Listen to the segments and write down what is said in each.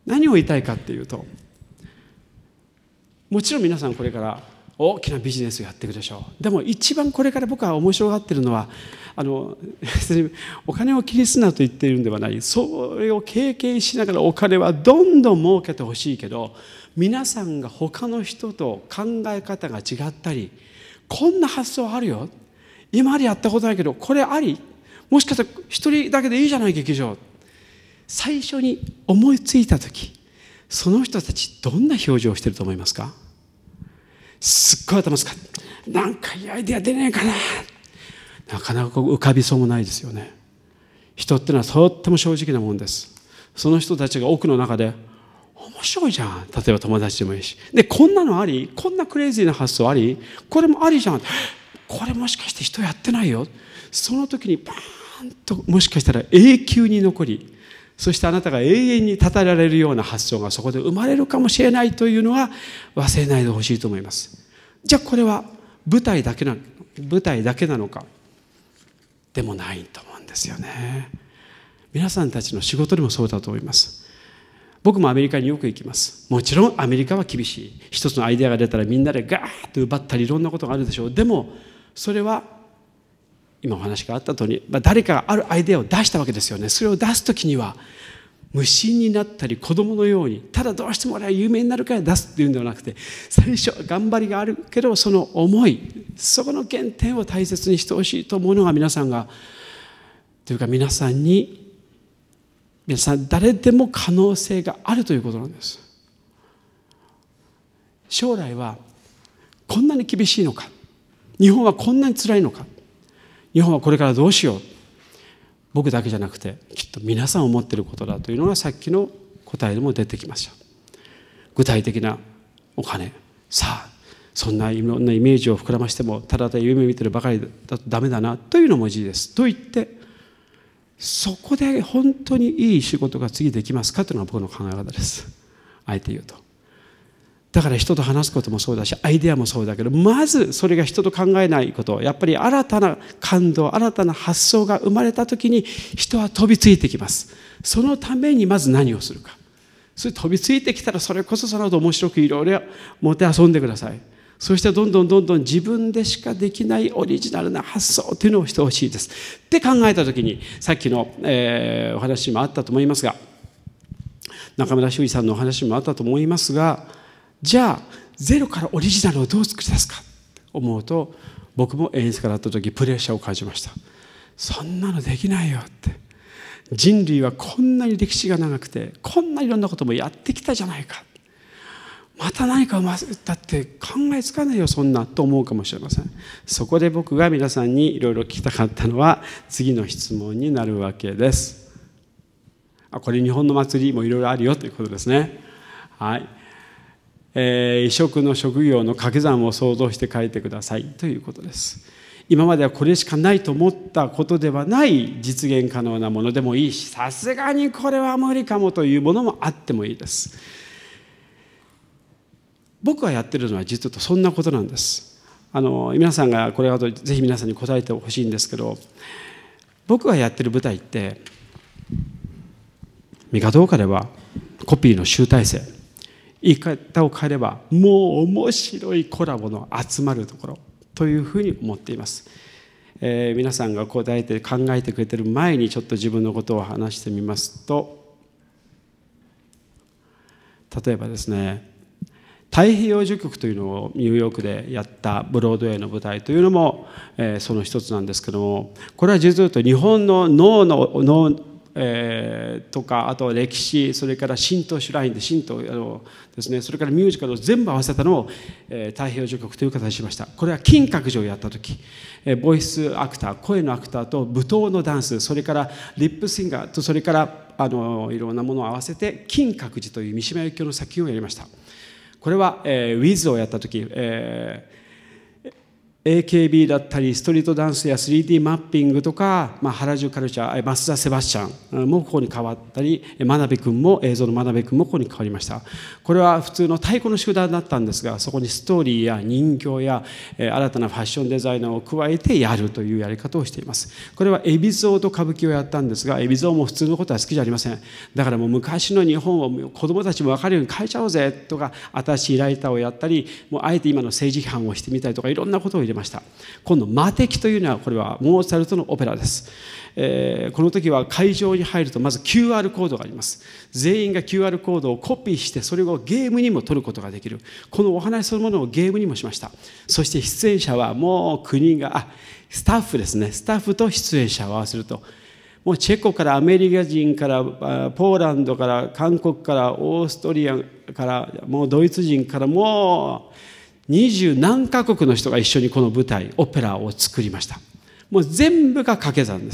何を言いたいかっていうと、もちろん皆さんこれから大きなビジネスをやっていくでしょう。でも一番これから僕は面白がっているのは、お金を気にするなと言っているんではない。それを経験しながらお金はどんどん儲けてほしいけど、皆さんが他の人と考え方が違ったり、こんな発想あるよ、今までやったことないけどこれあり、もしかしたら一人だけでいいじゃない劇場、最初に思いついた時、その人たちどんな表情をしていると思いますか？すっごい頭使って、なんかいいアイデア出ねえかな、なかなか浮かびそうもないですよね。人ってのはとっても正直なもんです。その人たちが奥の中で面白いじゃん、例えば友達でもいいし、でこんなのあり、こんなクレイジーな発想あり、これもありじゃん、これもしかして人やってないよ。その時にバーンともしかしたら永久に残り、そしてあなたが永遠に称えられるような発想がそこで生まれるかもしれないというのは忘れないでほしいと思います。じゃあこれは舞台だけなのかでもないと思うんですよね。皆さんたちの仕事でもそうだと思います。僕もアメリカによく行きます。もちろんアメリカは厳しい。一つのアイデアが出たらみんなでガーッと奪ったりいろんなことがあるでしょう。でもそれは今お話があった通り、誰かがあるアイデアを出したわけですよね。それを出すときには無心になったり子供のように、ただどうしても俺は有名になるから出すっていうんではなくて、最初頑張りがあるけどその思い、そこの原点を大切にしてほしいと思うのが皆さんがというか皆さん誰でも可能性があるということなんです。将来はこんなに厳しいのか、日本はこんなに辛いのか、日本はこれからどうしよう、僕だけじゃなくてきっと皆さん思っていることだというのがさっきの答えでも出てきました。具体的なお金、さあそんないろんなイメージを膨らましてもただただ夢見てるばかりだとダメだなというのも事実です。と言ってそこで本当にいい仕事が次できますかというのが僕の考え方です。あえて言うと、だから人と話すこともそうだしアイデアもそうだけど、まずそれが人と考えないこと、やっぱり新たな感動、新たな発想が生まれた時に人は飛びついてきます。そのためにまず何をするか、それ飛びついてきたらそれこそその後面白くいろいろもてあそんでください。そしてどんどん自分でしかできないオリジナルな発想というのをしてほしいですって考えた時に、さっきの、お話もあったと思いますが、中村修一さんのお話もあったと思いますが、じゃあゼロからオリジナルをどう作り出すか思うと、僕も演出家だった時プレッシャーを感じました。そんなのできないよって。人類はこんなに歴史が長くてこんないろんなこともやってきたじゃないか、また何かだって考えつかないよそんなと思うかもしれません。そこで僕が皆さんにいろいろ聞きたかったのは次の質問になるわけです。これ日本の祭りもいろいろあるよということですね。はい。異色の職業の掛け算を想像して書いてくださいということです。今まではこれしかないと思ったことではない実現可能なものでもいいし、さすがにこれは無理かもというものもあってもいいです。僕がやってるのは実はそんなことなんです。皆さんがこれはぜひ皆さんに答えてほしいんですけど、僕がやってる舞台って見方を変えればコピーの集大成、言い方を変えればもう面白いコラボの集まるところというふうに思っています。皆さんが答えて考えてくれている前にちょっと自分のことを話してみますと、例えばですね、太平洋序曲というのをニューヨークでやったブロードウェイの舞台というのも、その一つなんですけども、これは実を言うと日本の脳とか、あと歴史、それから神道シュラインで神道ですね、それからミュージカルを全部合わせたのを、太平洋序曲という形にしました。これは金閣寺をやった時、ボイスアクター、声のアクターと舞踏のダンス、それからリップシンガーと、それからいろんなものを合わせて金閣寺という三島由紀夫の作品をやりました。これは、ウィズをやった時、 AKB だったりストリートダンスや 3D マッピングとか、原宿カルチャー、増田セバスチャンもここに変わったり、真鍋君も、映像の真鍋君もここに変わりました。これは普通の太鼓の集団だったんですが、そこにストーリーや人形や新たなファッションデザイナーを加えてやるというやり方をしています。これは海老蔵と歌舞伎をやったんですが、海老蔵も普通のことは好きじゃありません。だからもう昔の日本を子どもたちも分かるように変えちゃおうぜとか、新しいライターをやったり、もうあえて今の政治批判をしてみたりとか、いろんなことを入れました。今度魔敵というのは、これはモーツァルトのオペラです。この時は会場に入るとまず QR コードがあります。全員が QR コードをコピーして、それをゲームにも取ることができる。このお話そのものをゲームにもしました。そして出演者はもう国がスタッフですね、スタッフと出演者を合わせると、もうチェコからアメリカ人からポーランドから韓国からオーストリアからもうドイツ人からもう20何カ国の人が一緒にこの舞台オペラを作りました。もう全部が掛け算です。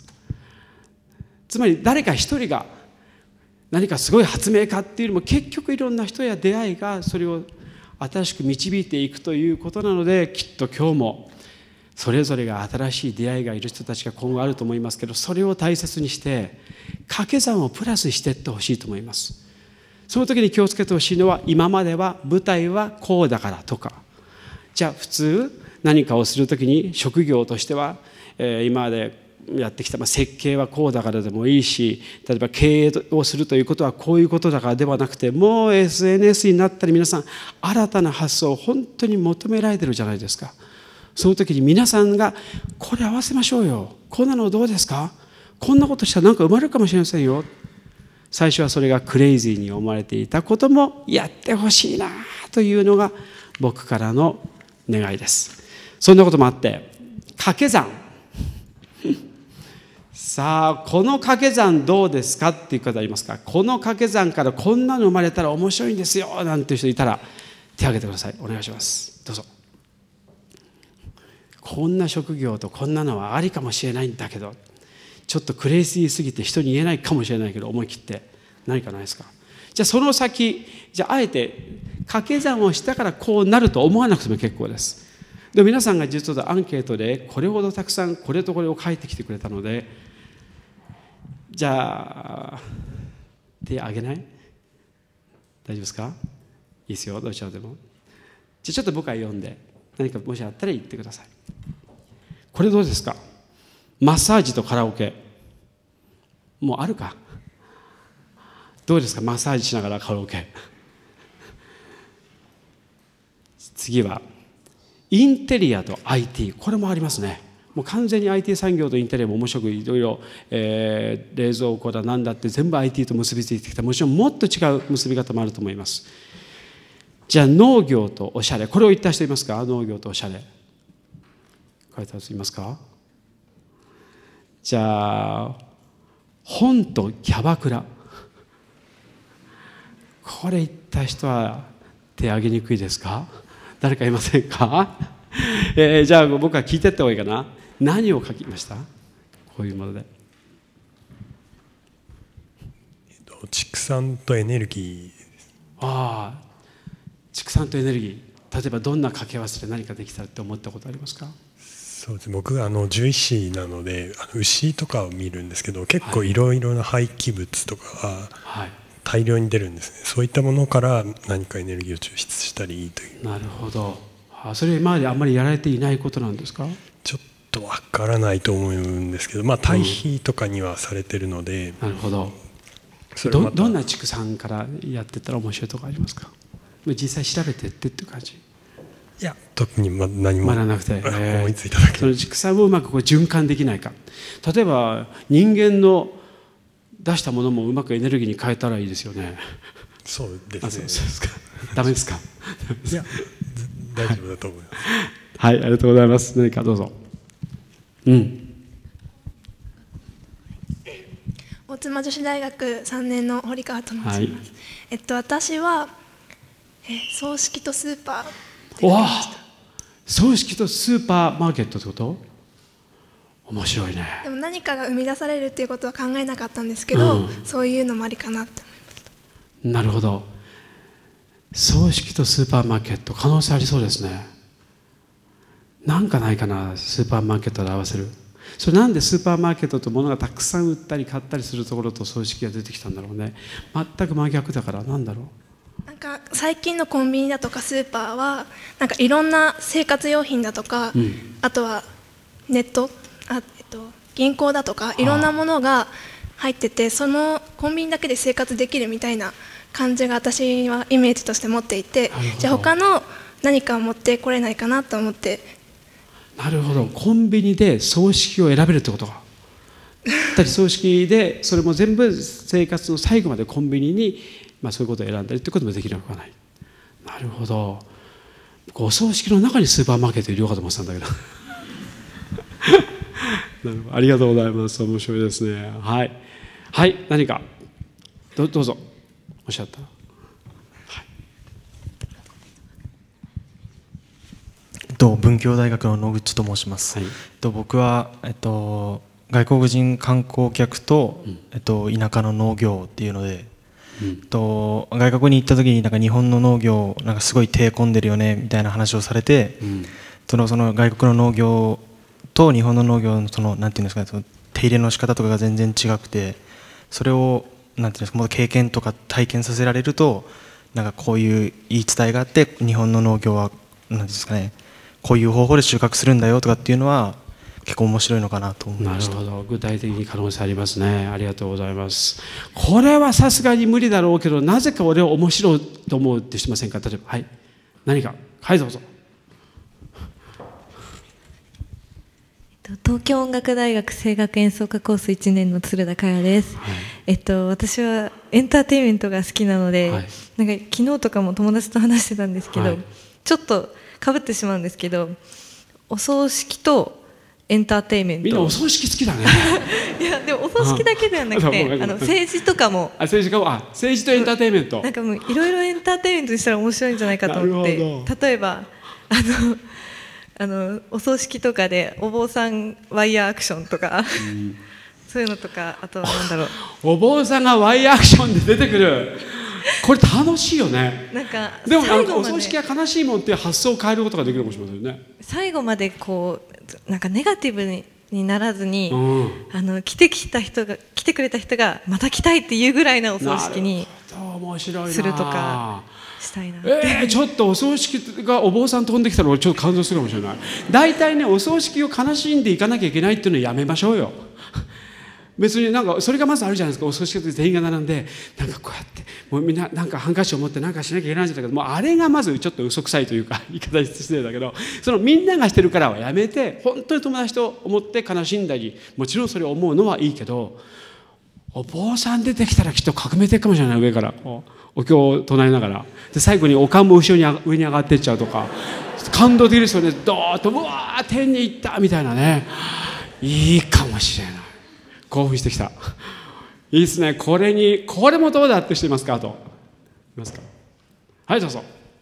つまり誰か一人が何かすごい発明家っていうよりも、結局いろんな人や出会いがそれを新しく導いていくということなので、きっと今日もそれぞれが新しい出会いがいる人たちが今後あると思いますけど、それを大切にして掛け算をプラスしていってほしいと思います。その時に気をつけてほしいのは、今までは舞台はこうだからとか、じゃあ普通何かをする時に職業としては、今までやってきた、設計はこうだからでもいいし、例えば経営をするということはこういうことだからではなくて、もう SNS になったり皆さん新たな発想を本当に求められてるじゃないですか。その時に皆さんがこれ合わせましょうよ、こんなのどうですか、こんなことしたら何か生まれるかもしれませんよ。最初はそれがクレイジーに思われていたこともやってほしいなというのが僕からの願いです。そんなこともあって掛け算さあ、この掛け算どうですかっていう方いますか。この掛け算からこんなの生まれたら面白いんですよなんていう人いたら手を挙げてください。お願いします。どうぞ。こんな職業とこんなのはありかもしれないんだけど、ちょっとクレイジーすぎて人に言えないかもしれないけど、思い切って何かないですか。じゃあその先、じゃああえて掛け算をしたからこうなると思わなくても結構です。でも皆さんが実はアンケートでこれほどたくさんこれとこれを書いてきてくれたので、じゃあ手挙げない？大丈夫ですか？いいですよ、どちらでも。じゃあちょっと僕は読んで、何かもしあったら言ってください。これどうですか？マッサージとカラオケもうあるか。どうですか？マッサージしながらカラオケ。次はインテリアと IT、 これもありますね。もう完全に IT 産業とインテリアも面白く、いろいろ、冷蔵庫だなんだって全部 IT と結びついてきた。もちろんもっと違う結び方もあると思います。じゃあ農業とおしゃれ、これを言った人いますか？農業とおしゃれ書いた人いますか？じゃあ本とキャバクラ、これ言った人は手挙げにくいですか？誰かいませんか？じゃあ僕は聞いていった方がいいかな。何を書きました？こういうもので。 畜産とエネルギー。 ああ、畜産とエネルギー。例えばどんな掛け合わせで何かできたらって思ったことありますか？ そうです。僕獣医師なので牛とかを見るんですけど、結構いろいろな廃棄物とかが大量に出るんですね。そういったものから何かエネルギーを抽出したりという。 なるほど。それ今まであんまりやられていないことなんですか？ ちょっとわからないと思うんですけど、堆肥とかにはされてるので。 なるほど。どんな畜産からやってったら面白いとかありますか？実際調べてってっていう感じ？ いや、特に何もまだなくて、 思いついただけ。 その畜産をうまく循環できないか。例えば人間の出したものもうまくエネルギーに変えたらいいですよね。 そうですね。 そうですか。ダメですか？ いや、大丈夫だと思います。 はい、ありがとうございます。何かどうぞ。 大妻女子大学3年の堀川と申します。 はい、 私は、葬式とスーパーって書きました。 葬式とスーパーマーケットってこと？面白いね。 でも何かが生み出されるっていうことは考えなかったんですけど、そういうのもありかなって思いました。 なるほど。葬式とスーパーマーケット、可能性ありそうですね。 なんかないかな、スーパーマーケットで合わせる。それなんでスーパーマーケットと物がたくさん売ったり買ったりするところと葬式が出てきたんだろうね。全く真逆だから。なんだろう。 なんか最近のコンビニだとかスーパーはなんかいろんな生活用品だとか、あとはネット、銀行だとかいろんなものが入ってて、そのコンビニだけで生活できるみたいな感じが私はイメージとして持っていて、じゃあ他の何かを持ってこれないかなと思って。 なるほど。コンビニで葬式を選べるってことか。やっぱり葬式でそれも全部生活の最後までコンビニに、そういうことを選んだりということもできなくはない。なるほど。お葬式の中にスーパーマーケットいるようかと思ってたんだけどなるほど、ありがとうございます。面白いですね。はい、はい、何か どうぞおっしゃった。 文教大学の野口と申します。はい、僕は、外国人観光客と、田舎の農業っていうので、外国に行った時になんか日本の農業なんかすごい手込んでるよねみたいな話をされて、その外国の農業と日本の農業のなんていうんですかね、その手入れの仕方とかが全然違くて、それをなんていうんですか、もう経験とか体験させられると、なんかこういう言い伝えがあって、日本の農業はなんですかね、こういう方法で収穫するんだよとかっていうのは結構面白いのかなと思いました。 なるほど、具体的に可能性ありますね。ありがとうございます。これはさすがに無理だろうけど、なぜか俺は面白いと思うってしませんか。例えば、はい、何か、はい、どうぞ。 東京音楽大学声楽演奏科コース1年の鶴田佳代です。はい、私はエンターテインメントが好きなので、はい、なんか昨日とかも友達と話してたんですけど、はい、ちょっとかぶってしまうんですけど、お葬式とエンターテインメント。 みんなお葬式好きだねいやでもお葬式だけではなくて、政治とかも、 政治とエンターテインメント、 なんかもういろいろエンターテインメントにしたら面白いんじゃないかと思って、例えばお葬式とかでお坊さんワイヤーアクションとかそういうのとか、あとはなんだろうお坊さんがワイヤーアクションで出てくるこれ楽しいよね。 なんかでもお葬式は悲しいもんっていう発想を変えることができるかもしれませんね。 最後までこうなんかネガティブにならずに、来てくれた人がまた来たいっていうぐらいなお葬式にするとかしたいな。 ちょっとお葬式がお坊さん飛んできたら俺ちょっと感動するかもしれない。大体ね、お葬式を悲しんでいかなきゃいけないっていうのをやめましょうよ。別になんかそれがまずあるじゃないですか。お葬式で全員が並んでなんかこうやってもうみんななんかハンカチを持ってなんかしなきゃいけないんだけど、もうあれがまずちょっと嘘くさいというか言い方失礼だけど、そのみんながしてるからはやめて、本当に友達と思って悲しんだり、もちろんそれを思うのはいいけど、お坊さん出てきたらきっと革命的かもしれない。上からお経を唱えながらで、最後にお棺も上に上がっていっちゃうとか、感動的ですよね。ドーッとうわー天に行ったみたいなね、いいかもしれない。興奮してきた。いいですね。これもどうだって人いますか。あといますか。はい、どうぞ。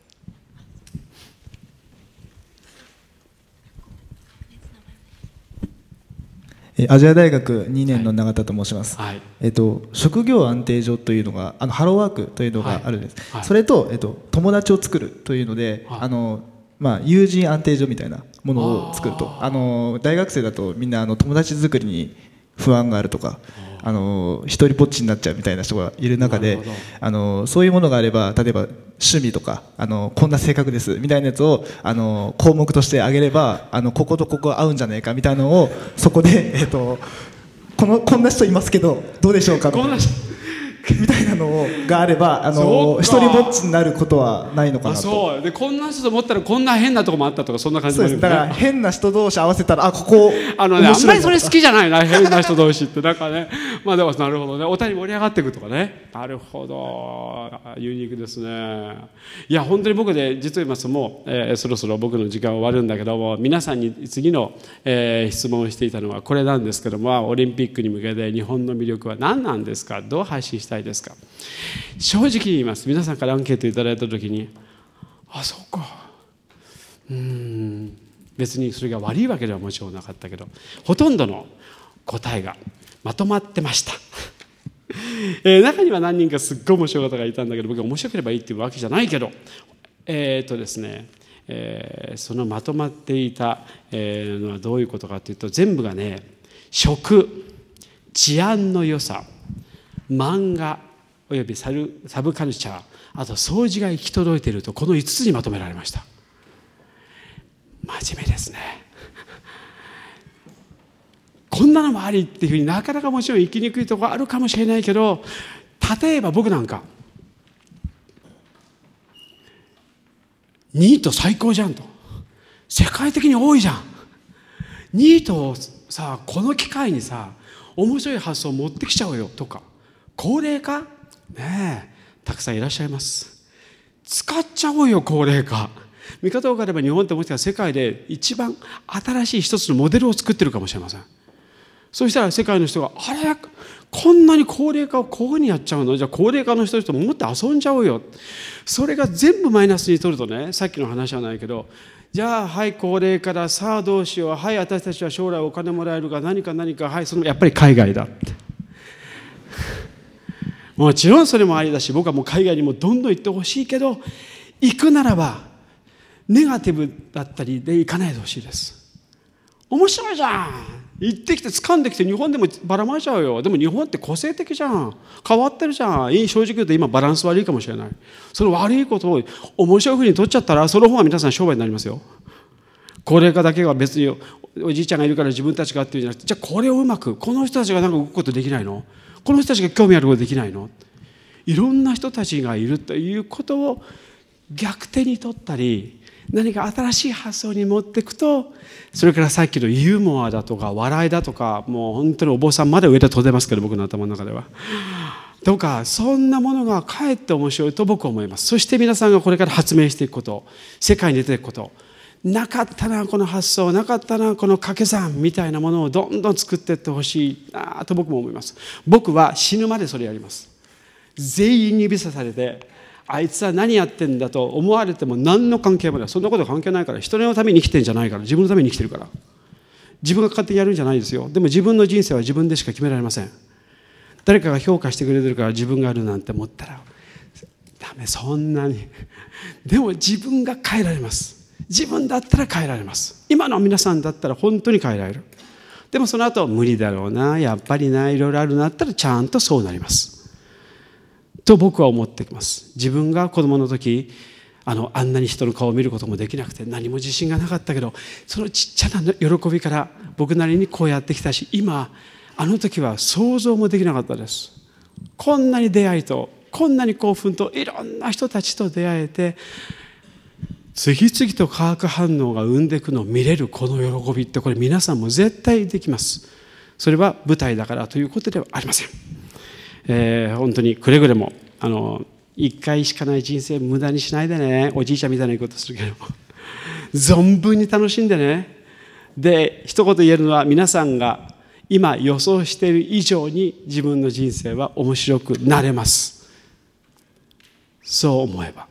アジア大学2年の永田と申します。はい、職業安定所というのがハローワークというのがあるんです。はいはい、それと、友達を作るというので、友人安定所みたいなものを作ると、大学生だとみんな友達作りに不安があるとか、一人ぼっちになっちゃうみたいな人がいる中で、そういうものがあれば、例えば趣味とかこんな性格ですみたいなやつを項目としてあげれば、こことここ合うんじゃないかみたいなのをそこで、こんな人いますけどどうでしょうかみたいなのがあれば、一人ぼっちになることはないのかなと。 そうで、こんな人と思ったらこんな変なとこもあったとか、そんな感じもあるよね。 だから変な人同士合わせたら、ここあんまりそれ好きじゃないな、変な人同士ってなんかね。でもなるほどね、お互い盛り上がっていくとかね。なるほど、ユニークですね。いや本当に僕で実を言いますと、もう、そろそろ僕の時間終わるんだけども、皆さんに次の、質問をしていたのはこれなんですけども、オリンピックに向けて日本の魅力は何なんですか、どう配信したいですか。正直言います。皆さんからアンケートいただいた時に、そうか、別にそれが悪いわけではもちろんなかったけど、ほとんどの答えがまとまってました中には何人かすっごい面白い方がいたんだけど、僕は面白ければいいっていうわけじゃないけど、ですね、 そのまとまっていたのはどういうことかというと、全部がね、食、治安の良さ、漫画およびサブカルチャー、あと掃除が行き届いていると、この5つにまとめられました。真面目ですね。こんなのもありっていうふうになかなかもちろん生きにくいところあるかもしれないけど、例えば僕なんかニート最高じゃんと、世界的に多いじゃん、ニートをさこの機会にさ面白い発想を持ってきちゃうよとか、高齢化ねえたくさんいらっしゃいます。使っちゃおうよ高齢化。見方を変えれば日本ってもしかしたら世界で一番新しい一つのモデルを作ってるかもしれません。そうしたら世界の人があれこんなに高齢化をこういうふうにやっちゃうの、じゃあ高齢化の人ともっと遊んじゃおうよ。それが全部マイナスに取るとね、さっきの話じゃないけど、じゃあはい高齢化だ、さあどうしよう、はい私たちは将来お金もらえるが何かはいそのやっぱり海外だってもちろんそれもありだし、僕はもう海外にもどんどん行ってほしいけど、行くならばネガティブだったりで行かないでほしいです。面白いじゃん、行ってきて掴んできて日本でもばらまいちゃうよ。でも日本って個性的じゃん、変わってるじゃん。正直言うと今バランス悪いかもしれない。その悪いことを面白いふうに取っちゃったら、その方が皆さん商売になりますよ。高齢化だけは別におじいちゃんがいるから自分たちがっていうんじゃなくて、じゃあこれをうまくこの人たちがなんか動くことできないの、この人たちが興味あることできないの、いろんな人たちがいるということを逆手に取ったり、何か新しい発想に持っていくと、それからさっきのユーモアだとか笑いだとか、もう本当にお坊さんまで上で飛んでますけど、僕の頭の中ではとか、そんなものがかえって面白いと僕は思います。そして皆さんがこれから発明していくこと、世界に出ていくこと、なかったなこの発想、なかったなこの掛け算みたいなものをどんどん作っていってほしいなと僕も思います。僕は死ぬまでそれやります。全員に指さされて、あいつは何やってんだと思われても何の関係もない。そんなこと関係ないから、人のために生きてんじゃないから、自分のために生きてるから、自分が勝手にやるんじゃないですよ。でも自分の人生は自分でしか決められません。誰かが評価してくれてるから自分があるなんて思ったらダメ、そんなに。でも自分が変えられます。自分だったら変えられます。今の皆さんだったら本当に変えられる。でもその後無理だろうな、やっぱりな、いろいろあるなったらちゃんとそうなりますと僕は思ってきます。自分が子供の時あんなに人の顔を見ることもできなくて何も自信がなかったけど、そのちっちゃな喜びから僕なりにこうやってきたし、今あの時は想像もできなかったです。こんなに出会いとこんなに興奮といろんな人たちと出会えて、次々と化学反応が生んでいくのを見れるこの喜びって、これ皆さんも絶対できます。それは舞台だからということではありません。本当にくれぐれも一回しかない人生無駄にしないでね。おじいちゃんみたいなことするけど存分に楽しんでね。で一言言えるのは、皆さんが今予想している以上に自分の人生は面白くなれます。そう思えば、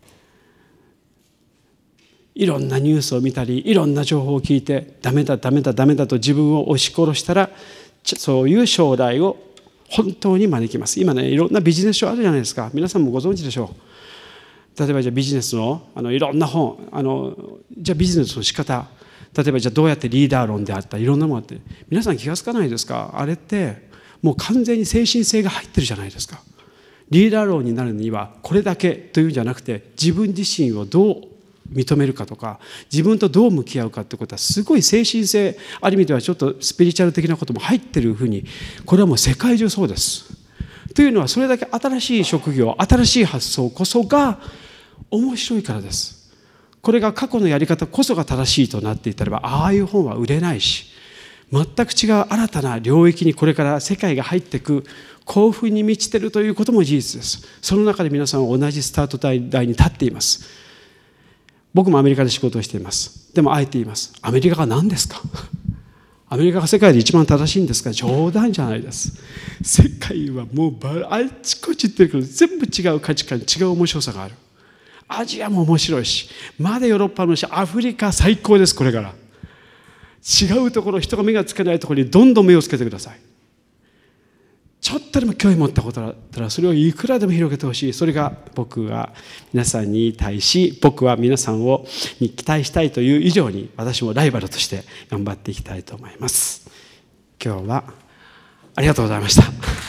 いろんなニュースを見たりいろんな情報を聞いてダメだと自分を押し殺したら、そういう将来を本当に招きます。今ね、いろんなビジネス書あるじゃないですか。皆さんもご存知でしょう。例えばじゃあビジネスのいろんな本、じゃあビジネスの仕方、例えばじゃあどうやってリーダー論であったりいろんなものあって、皆さん気がつかないですか？あれってもう完全に精神性が入ってるじゃないですか。リーダー論になるにはこれだけというんじゃなくて、自分自身をどう認めるかとか、自分とどう向き合うかってことはすごい精神性、ある意味ではちょっとスピリチュアル的なことも入ってるふうに、これはもう世界中そうです。というのは、それだけ新しい職業、新しい発想こそが面白いからです。これが過去のやり方こそが正しいとなっていたらば、ああいう本は売れないし、全く違う新たな領域にこれから世界が入っていく、興奮に満ちているということも事実です。その中で皆さんは同じスタート台に立っています。僕もアメリカで仕事をしています。でもあえて言います。アメリカが何ですか？アメリカが世界で一番正しいんですか？冗談じゃないです。世界はもうあっちこっち行ってるけど、全部違う価値観、違う面白さがある。アジアも面白いし、まだヨーロッパもし、アフリカ最高です。これから違うところ、人が目がつけないところにどんどん目をつけてください。 ちょっとでも興味持ったことだったらそれをいくらでも広げてほしい。それが僕が皆さんに対し、僕は皆さんに期待したいという以上に、私もライバルとして頑張っていきたいと思います。今日はありがとうございました。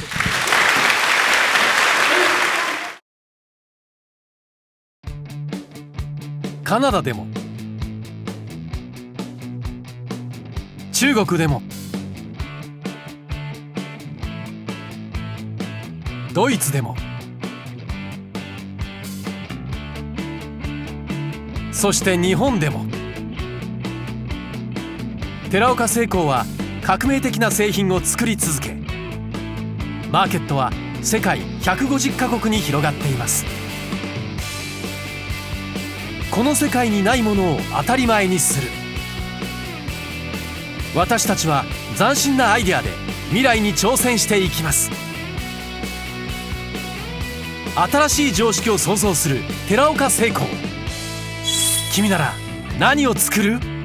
カナダでも中国でもドイツでも、そして日本でも、寺岡製鋼は革命的な製品を作り続け、マーケットは世界150カ国に広がっています。この世界にないものを当たり前にする。私たちは斬新なアイデアで未来に挑戦していきます。新しい常識を創造する寺岡製鋼。君なら何を作る？